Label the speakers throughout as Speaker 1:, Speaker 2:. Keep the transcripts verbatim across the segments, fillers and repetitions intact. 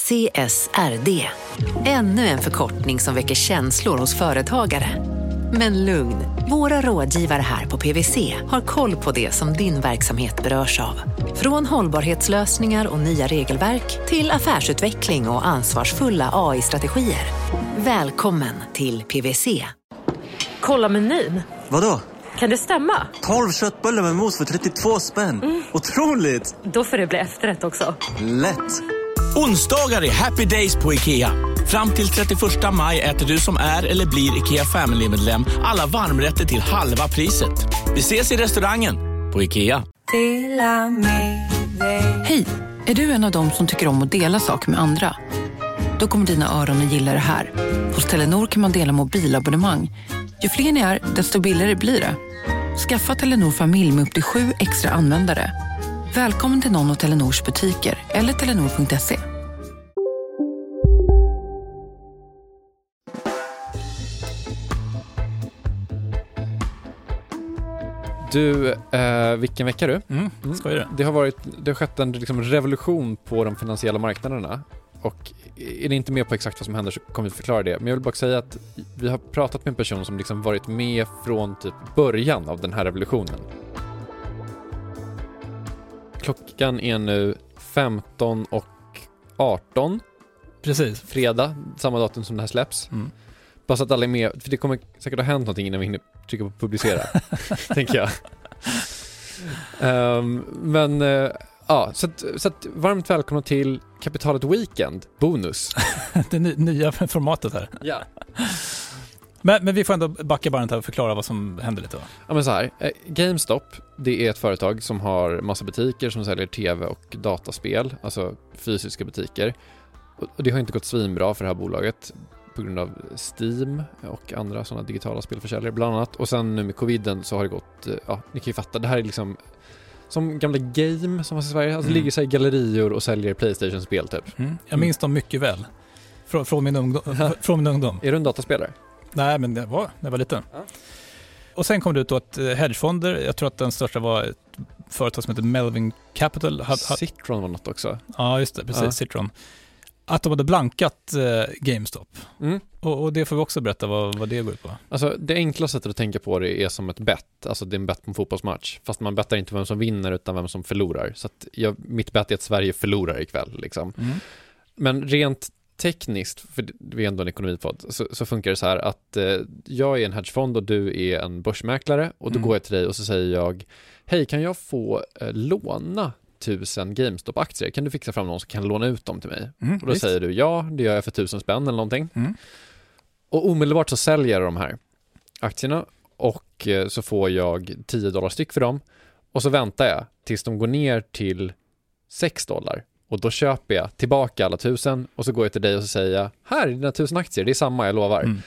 Speaker 1: C S R D. Ännu en förkortning som väcker känslor hos företagare. Men lugn, våra rådgivare här på P W C har koll på det som din verksamhet berörs av. Från hållbarhetslösningar och nya regelverk till affärsutveckling och ansvarsfulla A I-strategier. Välkommen till P W C.
Speaker 2: Kolla menyn.
Speaker 3: Vadå?
Speaker 2: Kan det stämma?
Speaker 3: tolv köttbullar med mos för trettiotvå spänn. Mm. Otroligt!
Speaker 2: Då får det bli efterrätt också.
Speaker 3: Lätt!
Speaker 4: Onsdagar är happy days på IKEA. Fram till trettioförsta maj äter du som är eller blir IKEA Family-medlem alla varmrätter till halva priset. Vi ses i restaurangen på IKEA.
Speaker 5: Hej, är du en av dem som tycker om att dela saker med andra? Då kommer dina öron att gilla det här. Hos Telenor kan man dela mobilabonnemang. Ju fler ni är, desto billigare blir det. Skaffa Telenor familj med upp till sju extra användare. Välkommen till någon av Telenors butiker eller telenor punkt se.
Speaker 6: Du, eh, vilken vecka du?
Speaker 7: Mm, ska det.
Speaker 6: Det har varit, det har skett en liksom, revolution på de finansiella marknaderna. Och är det inte med på exakt vad som händer så kommer vi förklara det. Men jag vill bara säga att vi har pratat med en person som liksom varit med från typ början av den här revolutionen. Klockan är nu femton och arton.
Speaker 7: Precis.
Speaker 6: Fredag, samma datum som det här släpps. Mm. Bara så att alla är med, för det kommer säkert ha hänt någonting innan vi hinner trycka på publicera, tänker jag. Um, men uh, ja, så att, så att varmt välkomna till Kapitalet Weekend bonus.
Speaker 7: Det ny, nya formatet här.
Speaker 6: Ja.
Speaker 7: Men, men vi får ändå backa bandet här och förklara vad som händer lite, va?
Speaker 6: Ja, men så här, eh, GameStop, det är ett företag som har massa butiker som säljer tv och dataspel, alltså fysiska butiker. Och, och det har inte gått svinbra för det här bolaget på grund av Steam och andra sådana digitala spelförsäljare bland annat. Och sen nu med coviden så har det gått, ja, ni kan ju fatta, det här är liksom som gamla Game som var i Sverige. Alltså mm. ligger så i gallerior och säljer PlayStation-spel typ.
Speaker 7: Mm. Jag minns dem mycket väl. Frå, från, min ungdom, från min ungdom.
Speaker 6: Är du en dataspelare?
Speaker 7: Nej, men det var, när jag var liten. Ja. Och sen kom det ut då att hedgefonder, jag tror att den största var ett företag som heter Melvin Capital. Had, had,
Speaker 6: Citron var något också.
Speaker 7: Ja, just det, precis, ja. Citron. Att de hade blankat eh, GameStop. Mm. Och, och det får vi också berätta vad, vad det går ut på.
Speaker 6: Alltså det enkla sättet att tänka på det är som ett bett. Alltså det är en bett på en fotbollsmatch. Fast man bettar inte vem som vinner utan vem som förlorar. Så att jag, mitt bett är att Sverige förlorar ikväll. Liksom. Mm. Men rent tekniskt, för vi är ändå en ekonomipodd, så, så funkar det så här att eh, jag är en hedgefond och du är en börsmäklare. Och då mm. går jag till dig och så säger jag, hej, kan jag få eh, låna tusen GameStop-aktier? Kan du fixa fram någon som kan låna ut dem till mig? Mm, och då visst. Säger du ja, det gör jag för tusen spänn eller någonting. Mm. Och omedelbart så säljer jag de här aktierna och eh, så får jag tio dollar styck för dem och så väntar jag tills de går ner till sex dollar och då köper jag tillbaka alla tusen och så går jag till dig och så säger jag, här är dina tusen aktier, det är samma, jag lovar. Mm.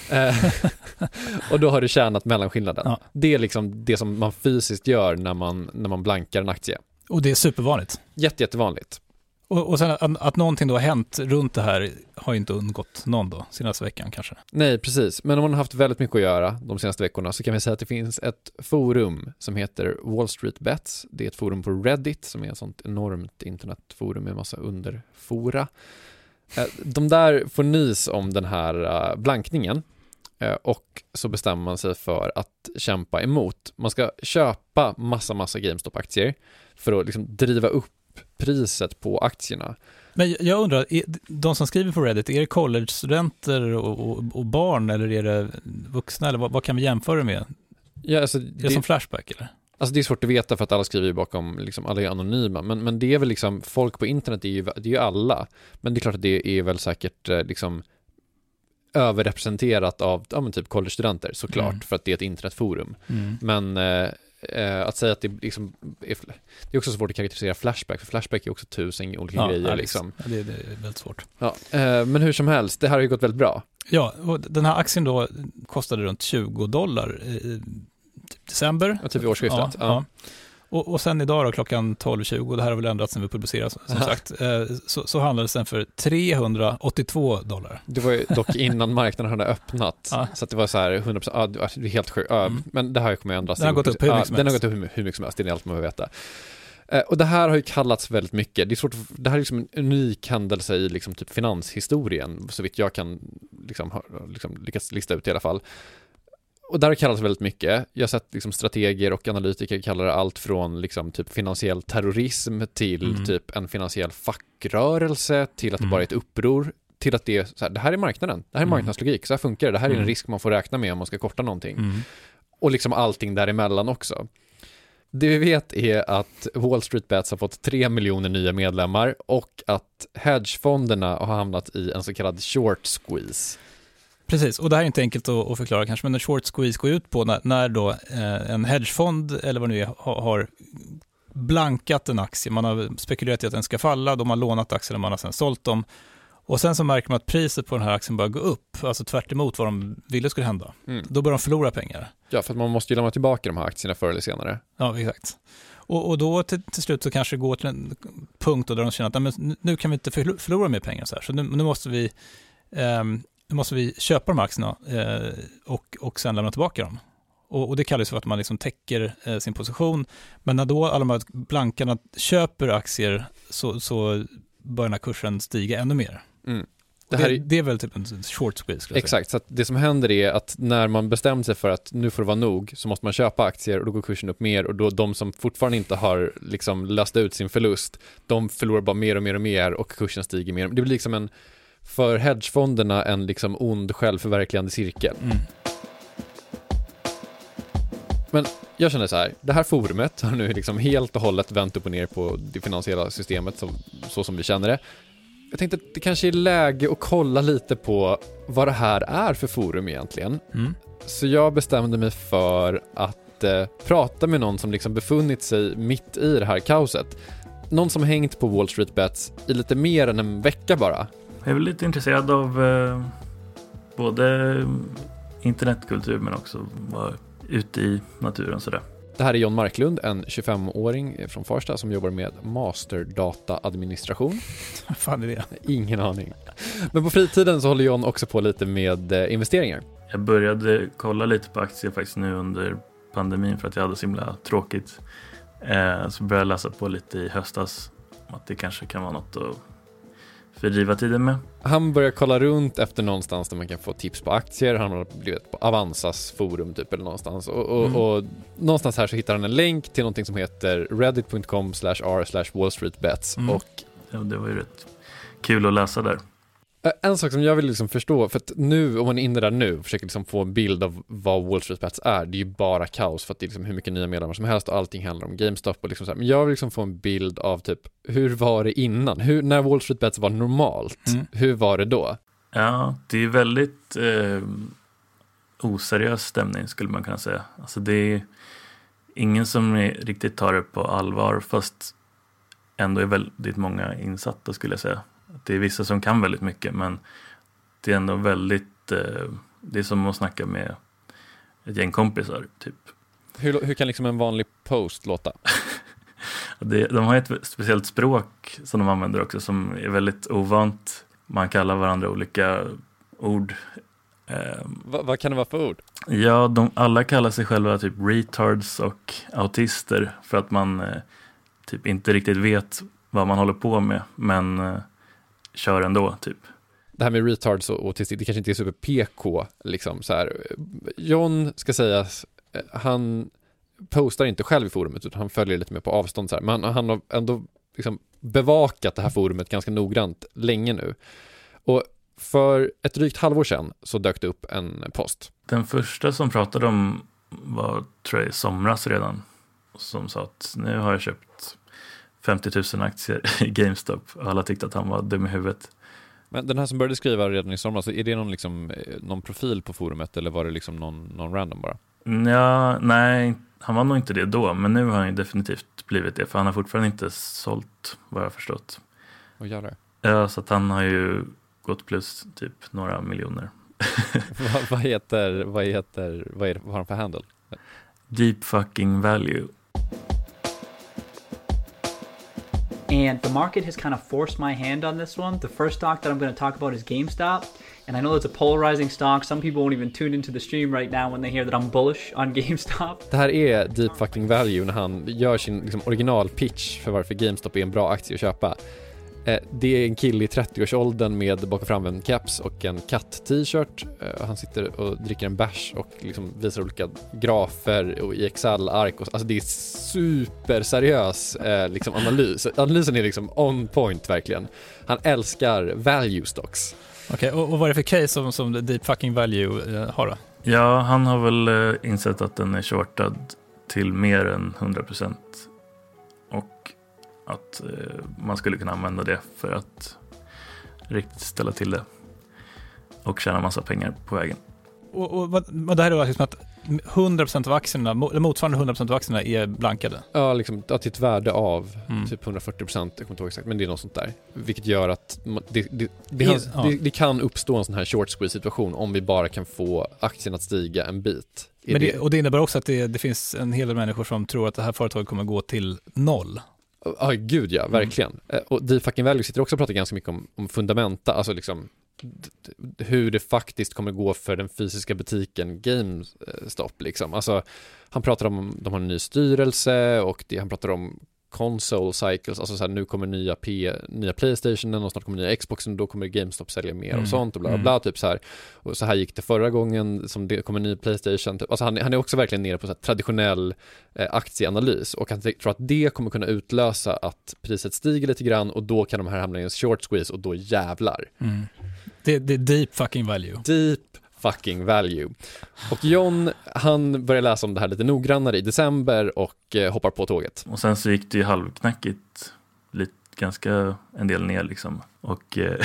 Speaker 6: Och då har du tjänat mellanskillnaden. Ja. Det är liksom det som man fysiskt gör när man, när man blankar en aktie.
Speaker 7: Och det är supervanligt.
Speaker 6: Jätte, jättevanligt.
Speaker 7: Och, och sen att, att någonting då har hänt runt det här har ju inte undgått någon då, senaste veckan kanske.
Speaker 6: Nej, precis. Men om man har haft väldigt mycket att göra de senaste veckorna så kan vi säga att det finns ett forum som heter Wall Street Bets. Det är ett forum på Reddit som är ett sånt enormt internetforum med massa underfora. De där får nys om den här blankningen och så bestämmer man sig för att kämpa emot. Man ska köpa massa, massa GameStop-aktier för att liksom driva upp priset på aktierna.
Speaker 7: Men jag undrar, de som skriver på Reddit, är det college-studenter och, och, och barn eller är det vuxna? Eller vad, vad kan vi jämföra med?
Speaker 6: Ja, alltså, det,
Speaker 7: är det som Flashback eller?
Speaker 6: Alltså det är svårt att veta för att alla skriver ju bakom, liksom, alla är anonyma. Men, men det är väl liksom, folk på internet är ju, det är ju alla. Men det är klart att det är väl säkert liksom överrepresenterat av ja, men typ college-studenter såklart, mm. för att det är ett internetforum. Mm. Men eh, att säga att det liksom är, det är också svårt att karaktärisera Flashback, för Flashback är också tusen olika ja, grejer. Liksom.
Speaker 7: Ja, det, det är väldigt svårt.
Speaker 6: Ja, eh, men hur som helst, det här har ju gått väldigt bra.
Speaker 7: Ja, och den här aktien då kostade runt tjugo dollar i december.
Speaker 6: Ja, typ i årsskiftet.
Speaker 7: Ja, ja. Ja. Och, och sen idag då, klockan tolv tjugo, det här har väl ändrats sen vi publicerar som Aha. sagt, så, så handlade det sen för trehundraåttiotvå dollar.
Speaker 6: Det var ju dock innan marknaden hade öppnat, ja. Så att det var så här hundra procent, ja, det är helt sjukt, ja, mm. men det här kommer att ändras.
Speaker 7: Den har gått upp hur mycket som helst.
Speaker 6: Den har gått upp hur, hur mycket som helst, det är allt man vill veta. Eh, och det här har ju kallats väldigt mycket. Det är svårt att, det här är liksom en unik händelse i liksom typ finanshistorien, så vitt jag kan liksom, ha, liksom lyckas lista ut i alla fall. Och där har det kallats väldigt mycket. Jag har sett liksom strateger och analytiker kallar det allt från liksom typ finansiell terrorism till mm. typ en finansiell fackrörelse till att det mm. bara är ett uppror, till att det är så här, det här är marknaden. Det här är mm. marknadslogik. Så här funkar det. Det här är en risk man får räkna med om man ska korta någonting. Mm. Och liksom allting däremellan också. Det vi vet är att Wall Street Bets har fått tre miljoner nya medlemmar och att hedgefonderna har hamnat i en så kallad short squeeze.
Speaker 7: Precis, och det här är inte enkelt att, att förklara kanske, men en short squeeze går ut på när, när då eh, en hedgefond eller vad det nu är har, har blankat en aktie. Man har spekulerat i att den ska falla, de har lånat aktierna, man har sedan sålt dem. Och sen så märker man att priset på den här aktien börjar gå upp, alltså tvärt emot vad de ville skulle hända. Mm. Då börjar de förlora pengar.
Speaker 6: Ja, för att man måste ju lämna tillbaka de här aktierna förr eller senare.
Speaker 7: Ja, exakt. Och, och då till, till slut så kanske det går till en punkt där de känner att nej, men nu kan vi inte förlora mer pengar så här. Så nu, nu måste vi um, nu måste vi köpa de här aktierna eh, och, och sen lämna tillbaka dem. Och, och det kallas för att man liksom täcker eh, sin position. Men när då alla de här blankarna köper aktier så, så börjar den här kursen stiga ännu mer. Mm. Det, här det, är, det är väl typ en short squeeze.
Speaker 6: Exakt, så att det som händer är att när man bestämmer sig för att nu får det vara nog så måste man köpa aktier och då går kursen upp mer och då de som fortfarande inte har liksom löst ut sin förlust, de förlorar bara mer och mer och mer och kursen stiger mer. Det blir liksom en, för hedgefonderna, en liksom ond självförverkligande cirkel. Mm. Men jag känner så här, det här forumet har nu liksom helt och hållet vänt upp och ner på det finansiella systemet så, så som vi känner det. Jag tänkte att det kanske är läge att kolla lite på vad det här är för forum egentligen. Mm. Så jag bestämde mig för att eh, prata med någon som liksom befunnit sig mitt i det här kaoset. Någon som hängt på Wall Street Bets i lite mer än en vecka bara.
Speaker 8: Jag är väl lite intresserad av eh, både internetkultur men också vara ute i naturen sådär.
Speaker 6: Det här är John Marklund, en tjugofemåring från Farsta som jobbar med masterdata-administration.
Speaker 7: Vad fan är det?
Speaker 6: Ingen aning. Men på fritiden så håller John också på lite med investeringar.
Speaker 8: Jag började kolla lite på aktier faktiskt nu under pandemin för att jag hade så himla tråkigt. Eh, så började jag läsa på lite i höstas att det kanske kan vara något att fördriva tiden med.
Speaker 6: Han börjar kolla runt efter någonstans där man kan få tips på aktier. Han har blivit på Avanzas forum typ eller någonstans. Och, och, mm. och någonstans här så hittar han en länk till någonting som heter reddit punkt com slash r slash wall street bets. Mm. Och
Speaker 8: ja, det var ju rätt kul att läsa där.
Speaker 6: En sak som jag vill liksom förstå, för att nu, om man är inne där nu och försöker liksom få en bild av vad Wall Street Bets är, det är ju bara kaos för att det är liksom hur mycket nya medlemmar som helst och allting handlar om GameStop och liksom så här. Men jag vill liksom få en bild av typ, hur var det innan? Hur, när Wall Street Bets var normalt, mm. hur var det då?
Speaker 8: Ja, det är väldigt eh, oseriös stämning skulle man kunna säga. Alltså det är ingen som är, riktigt tar det på allvar, fast ändå är väldigt många insatta skulle jag säga. Det är vissa som kan väldigt mycket, men det är ändå väldigt eh, det är som att snacka med ett gäng kompisar typ.
Speaker 6: Hur, hur kan liksom en vanlig post låta?
Speaker 8: det, de har ett speciellt språk som de använder också som är väldigt ovant. Man kallar varandra olika ord. Eh,
Speaker 6: Va, vad kan det vara för ord?
Speaker 8: Ja, de, alla kallar sig själva typ retards och autister för att man eh, typ inte riktigt vet vad man håller på med, men eh, kör ändå typ.
Speaker 6: Det här med retards och autistik, det kanske inte är super P K liksom så här. John ska sägas, han postar inte själv i forumet utan han följer lite mer på avstånd så här. Men han har ändå liksom bevakat det här forumet ganska noggrant länge nu. Och för ett drygt halvår sedan så dök det upp en post.
Speaker 8: Den första som pratade om var, tror jag, i somras redan, som sa att nu har jag köpt femtio tusen aktier i GameStop och alla tyckte att han var dum i huvudet.
Speaker 6: Men den här som började skriva redan i somras, är det någon, liksom, någon profil på forumet eller var det liksom någon, någon random bara?
Speaker 8: Ja, nej, han var nog inte det då, men nu har han ju definitivt blivit det, för han har fortfarande inte sålt, vad jag har förstått.
Speaker 6: Vad gör det?
Speaker 8: Ja, så att han har ju gått plus typ några miljoner.
Speaker 6: vad, vad heter, vad heter, vad, är, vad har han för handle?
Speaker 8: Deep fucking value.
Speaker 9: And the market has kind of forced my hand on this one. The first stock that I'm going to talk about is GameStop. And I know it's a polarizing stock. Some people won't even tune into the stream right now when they hear that I'm bullish on GameStop.
Speaker 6: Det här är deep fucking value när han gör sin liksom, originalpitch för varför GameStop är en bra aktie att köpa. Eh, det är en kille i trettio-årsåldern med bak och fram en caps och en katt-t-shirt. Eh, han sitter och dricker en bärs och liksom visar olika grafer och i Excel-ark. Och, alltså det är superseriös eh, liksom analys. Analysen är liksom on point verkligen. Han älskar value stocks.
Speaker 7: Okej, okay, och, och vad är det för case som, som deep fucking value eh, har då?
Speaker 8: Ja, han har väl eh, insett att den är shortad till mer än hundra procent. Och att eh, man skulle kunna använda det för att riktigt ställa till det. Och tjäna massa pengar på vägen.
Speaker 7: Och, och vad, vad det här är liksom att hundra procent av aktierna, eller motsvarande hundra procent av aktierna är blankade?
Speaker 6: Ja, liksom att ett värde av
Speaker 7: mm.
Speaker 6: typ hundrafyrtio procent, jag kommer inte ihåg exakt, men det är något sånt där. Vilket gör att det, det, det,
Speaker 7: Is,
Speaker 6: det, det, det kan uppstå en sån här short squeeze situation om vi bara kan få aktien att stiga en bit.
Speaker 7: Men det, och det innebär också att det, det finns en hel del människor som tror att det här företaget kommer gå till noll.
Speaker 6: Ja, oh, gud ja, verkligen. Mm. Och deep fucking value sitter också och pratar ganska mycket om, om fundamenta, alltså liksom d- hur det faktiskt kommer gå för den fysiska butiken GameStop liksom. Alltså han pratar om de har en ny styrelse och det, han pratar om console cycles, alltså så här, nu kommer nya P, nya PlayStationen och snart kommer nya Xboxen och då kommer GameStop sälja mer mm. och sånt och bla bla bla, typ så här. Och så här gick det förra gången som det kommer en ny PlayStation typ. Alltså han, han är också verkligen nere på så här traditionell eh, aktieanalys och han tror att det kommer kunna utlösa att priset stiger lite grann och då kan de här hamna i en short squeeze och då jävlar.
Speaker 7: Mm. Det, det är deep fucking value.
Speaker 6: Deep fucking value. Och John, han börjar läsa om det här lite noggrannare i december och eh, hoppar på tåget.
Speaker 8: Och sen så gick det ju halvknackigt lite, ganska en del ner liksom. Och eh,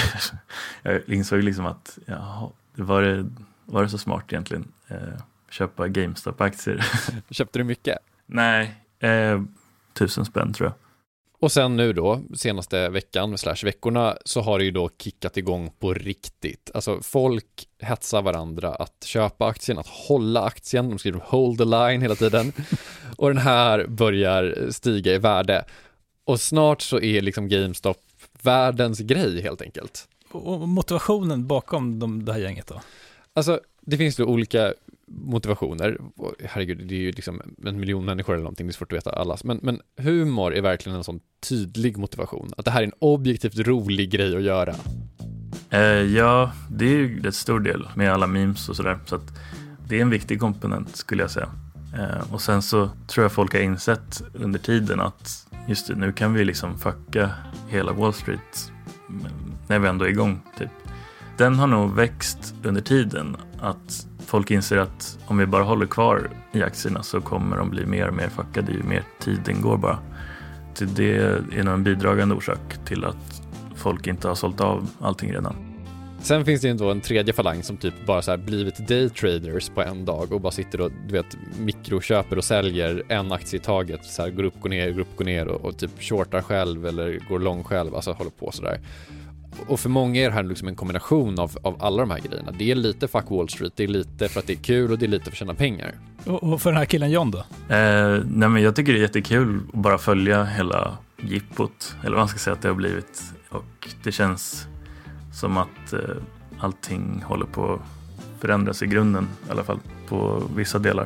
Speaker 8: jag insåg liksom att jaha, var det, var det så smart egentligen eh, köpa GameStop-aktier?
Speaker 6: Köpte du mycket?
Speaker 8: Nej, eh, tusen spänn tror jag.
Speaker 6: Och sen nu då, senaste veckan slash veckorna, så har det ju då kickat igång på riktigt. Alltså folk hetsar varandra att köpa aktien, att hålla aktien. De skriver hold the line hela tiden. Och den här börjar stiga i värde. Och snart så är liksom GameStop världens grej helt enkelt.
Speaker 7: Och motivationen bakom de, det här gänget då?
Speaker 6: Alltså det finns då olika motivationer. Herregud, det är ju liksom en miljon människor eller någonting, det är svårt att veta allas. Men, men humor är verkligen en sån tydlig motivation. Att det här är en objektivt rolig grej att göra.
Speaker 8: Eh, ja, det är ju rätt stor del med alla memes och sådär. Så att det är en viktig komponent skulle jag säga. Eh, och sen så tror jag folk har insett under tiden att just det, nu kan vi liksom fucka hela Wall Street när vi ändå är igång typ. Den har nog växt under tiden att folk inser att om vi bara håller kvar i aktierna så kommer de bli mer och mer fuckade ju mer tiden går bara. Så det är nog en bidragande orsak till att folk inte har sålt av allting redan.
Speaker 6: Sen finns det ju ändå en tredje falang som typ bara så här blivit daytraders på en dag och bara sitter och du vet mikroköper och säljer en aktie i taget, så här går upp, går ner, går upp, går ner och, och typ shortar själv eller går lång själv, alltså håller på så där. Och för många är det här liksom en kombination av, av alla de här grejerna. Det är lite fuck Wall Street, det är lite för att det är kul och det är lite för att tjäna pengar.
Speaker 7: Och, och för den här killen John då?
Speaker 8: Eh, nej men jag tycker det är jättekul att bara följa hela jippot, eller vad man ska säga att det har blivit. Och det känns som att eh, allting håller på att förändras i grunden, i alla fall på vissa delar.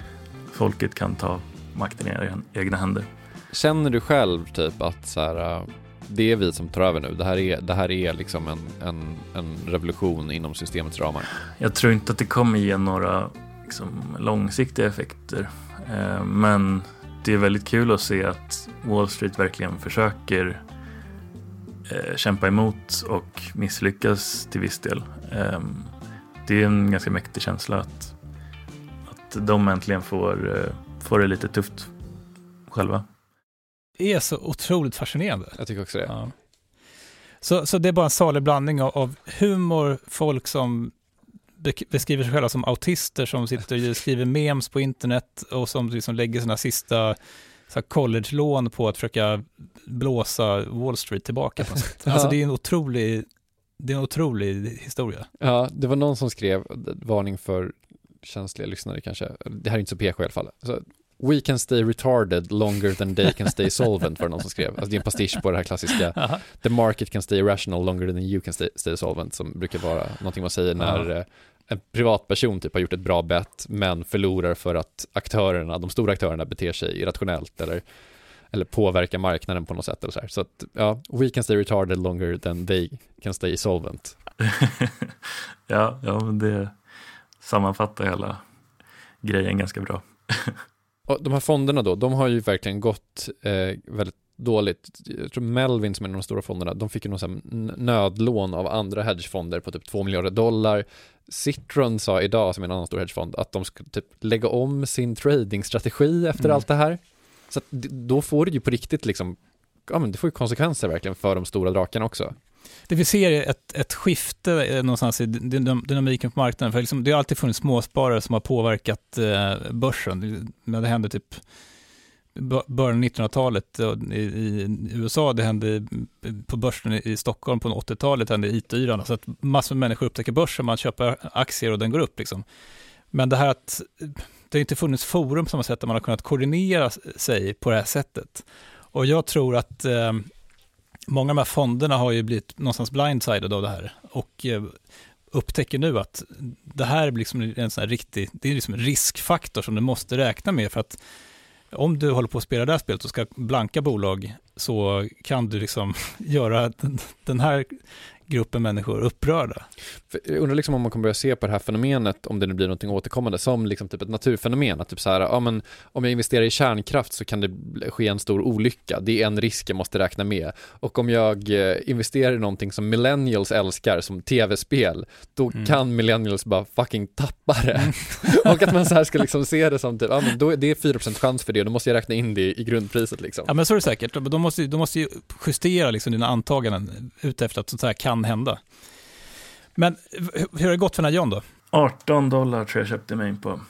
Speaker 8: Folket kan ta makten i egna händer.
Speaker 6: Känner du själv typ att så här, det är vi som tar över nu? Det här är, det här är liksom en, en, en revolution inom systemets ramar.
Speaker 8: Jag tror inte att det kommer ge några liksom, långsiktiga effekter. Eh, men det är väldigt kul att se att Wall Street verkligen försöker eh, kämpa emot och misslyckas till viss del. Eh, det är en ganska mäktig känsla att, att de äntligen får, eh, får det lite tufft själva.
Speaker 7: Det är så otroligt fascinerande.
Speaker 6: Jag tycker också det.
Speaker 7: Ja. Så, så det är bara en salig blandning av, av humor, folk som beskriver sig själva som autister som sitter och skriver memes på internet och som liksom lägger sina sista så här college-lån på att försöka blåsa Wall Street tillbaka på något sätt.
Speaker 6: Ja.
Speaker 7: Alltså det är en otrolig, det är en otrolig historia.
Speaker 6: Ja, det var någon som skrev varning för känsliga lyssnare kanske. Det här är inte så P K i alla fall. Så We can stay retarded longer than they can stay solvent, var det någon som skrev. Alltså det är en pastisch på det här klassiska
Speaker 7: Aha.
Speaker 6: The market can stay irrational longer than you can stay, stay solvent, som brukar vara någonting man säger när uh, en privatperson typ har gjort ett bra bet men förlorar för att aktörerna, de stora aktörerna beter sig irrationellt eller, eller påverkar marknaden på något sätt eller så här. Så att, ja, we can stay retarded longer than they can stay solvent.
Speaker 8: ja, ja, men det sammanfattar hela grejen ganska bra.
Speaker 6: Och de här fonderna då, de har ju verkligen gått eh, väldigt dåligt. Jag tror Melvin, som är de stora fonderna, de fick ju någon sån nödlån av andra hedgefonder på typ två miljarder dollar. Citron sa idag, som är en annan stor hedgefond, att de ska typ lägga om sin tradingstrategi efter mm. allt det här. Så att, då får det ju på riktigt liksom, ja men det får ju konsekvenser verkligen för de stora drakarna också.
Speaker 7: Det vi ser är ett, ett skifte någonstans i dynamiken på marknaden. För liksom, det har alltid funnits småsparare som har påverkat eh, börsen. Det hände typ början av nittonhundratalet i, i U S A, det hände på börsen i Stockholm på åttiotalet, det hände i I T-yran. Så att massor med människor upptäcker börsen, man köper aktier och den går upp. Liksom. Men det här att det har inte funnits forum på samma sätt där man har kunnat koordinera sig på det här sättet. Och jag tror att eh, många av de här fonderna har ju blivit någonstans blindsided av det här och eh, upptäcker nu att det här är liksom en sån här riktig, det är liksom en riskfaktor som du måste räkna med, för att om du håller på att spela det här spelet och ska blanka bolag så kan du liksom göra den, den här gruppen människor upprörda.
Speaker 6: För jag undrar liksom om man kommer börja se på det här fenomenet, om det nu blir något återkommande, som liksom typ ett naturfenomen. Att typ så här, ja, men om jag investerar i kärnkraft så kan det ske en stor olycka. Det är en risk jag måste räkna med. Och om jag investerar i någonting som millennials älskar, som tv-spel, då mm. kan millennials bara fucking tappa det. Mm. Och att man så här ska liksom se det som typ, ja, men då, det är fyra procent chans för det, då måste jag räkna in det i grundpriset liksom.
Speaker 7: Ja, men så är det säkert. De måste, de måste ju justera liksom dina antaganden ut efter att sånt här kan hända. Men hur har det gått för den här John då?
Speaker 8: arton dollar tror jag köpte mig in på.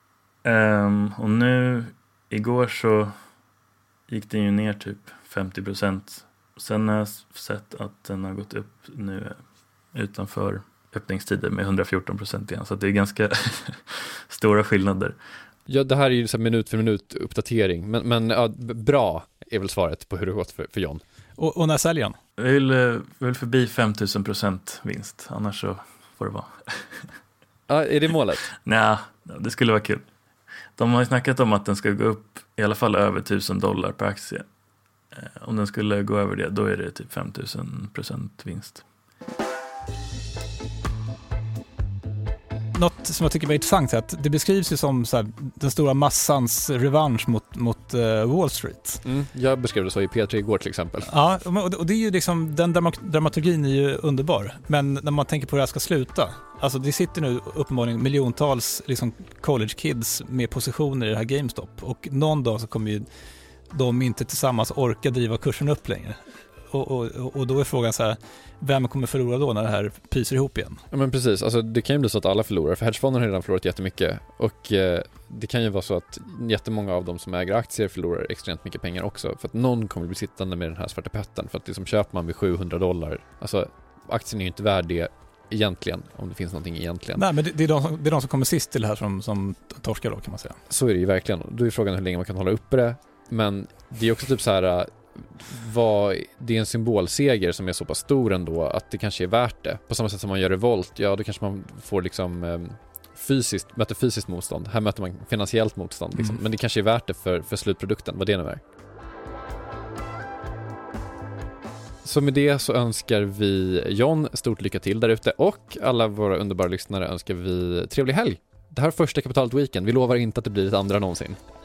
Speaker 8: Um, och nu, igår så gick den ju ner typ femtio procent. Sen har jag sett att den har gått upp nu utanför öppningstider med hundrafjorton procent igen. Så det är ganska stora skillnader.
Speaker 6: Ja, det här är ju så här minut för minut uppdatering. Men, men ja, bra är väl svaret på hur det har gått för, för John.
Speaker 7: Och, och när säljer han?
Speaker 8: Jag vill, jag vill förbi femtusen procent vinst. Annars så får det vara.
Speaker 6: Ja, är det målet?
Speaker 8: Nej, det skulle vara kul. De har ju snackat om att den ska gå upp i alla fall över tusen dollar per aktie. Om den skulle gå över det, då är det typ femtusen procent vinst.
Speaker 7: Något som jag tycker är intressant är att det beskrivs ju som så här, den stora massans revansch mot, mot uh, Wall Street.
Speaker 6: Mm, jag beskrev det så i P tre igår till exempel.
Speaker 7: Ja, och det är ju liksom, den dramaturgin är ju underbar. Men när man tänker på hur det här ska sluta, alltså det sitter nu uppenbarligen miljontals liksom college kids med positioner i det här GameStop. Och någon dag så kommer ju de inte tillsammans orka driva kursen upp längre. Och, och, och då är frågan så här, vem kommer förlora då när det här pyser ihop igen?
Speaker 6: Ja, men precis, alltså det kan ju bli så att alla förlorar, för hedgefonden har redan förlorat jättemycket och eh, det kan ju vara så att jättemånga av de som äger aktier förlorar extremt mycket pengar också, för att någon kommer bli sittande med den här svarta petten, för att det som köper man vid sjuhundra dollar, alltså aktien är ju inte värd det egentligen, om det finns någonting egentligen.
Speaker 7: Nej, men det, det, är de som, det är de som kommer sist till det här som, som torskar då, kan man säga.
Speaker 6: Så är det ju verkligen, då är frågan hur länge man kan hålla uppe det, men det är också typ så här, vad, det är en symbolseger som är så pass stor ändå att det kanske är värt det. På samma sätt som man gör revolt, ja då kanske man får liksom eh, fysiskt, möter fysiskt motstånd. Här möter man finansiellt motstånd liksom. Mm. Men det kanske är värt det för, för slutprodukten, vad det nu är. Så med det så önskar vi John stort lycka till där ute, och alla våra underbara lyssnare önskar vi trevlig helg. Det här är första Kapitalet Weekend, vi lovar inte att det blir ett andra någonsin.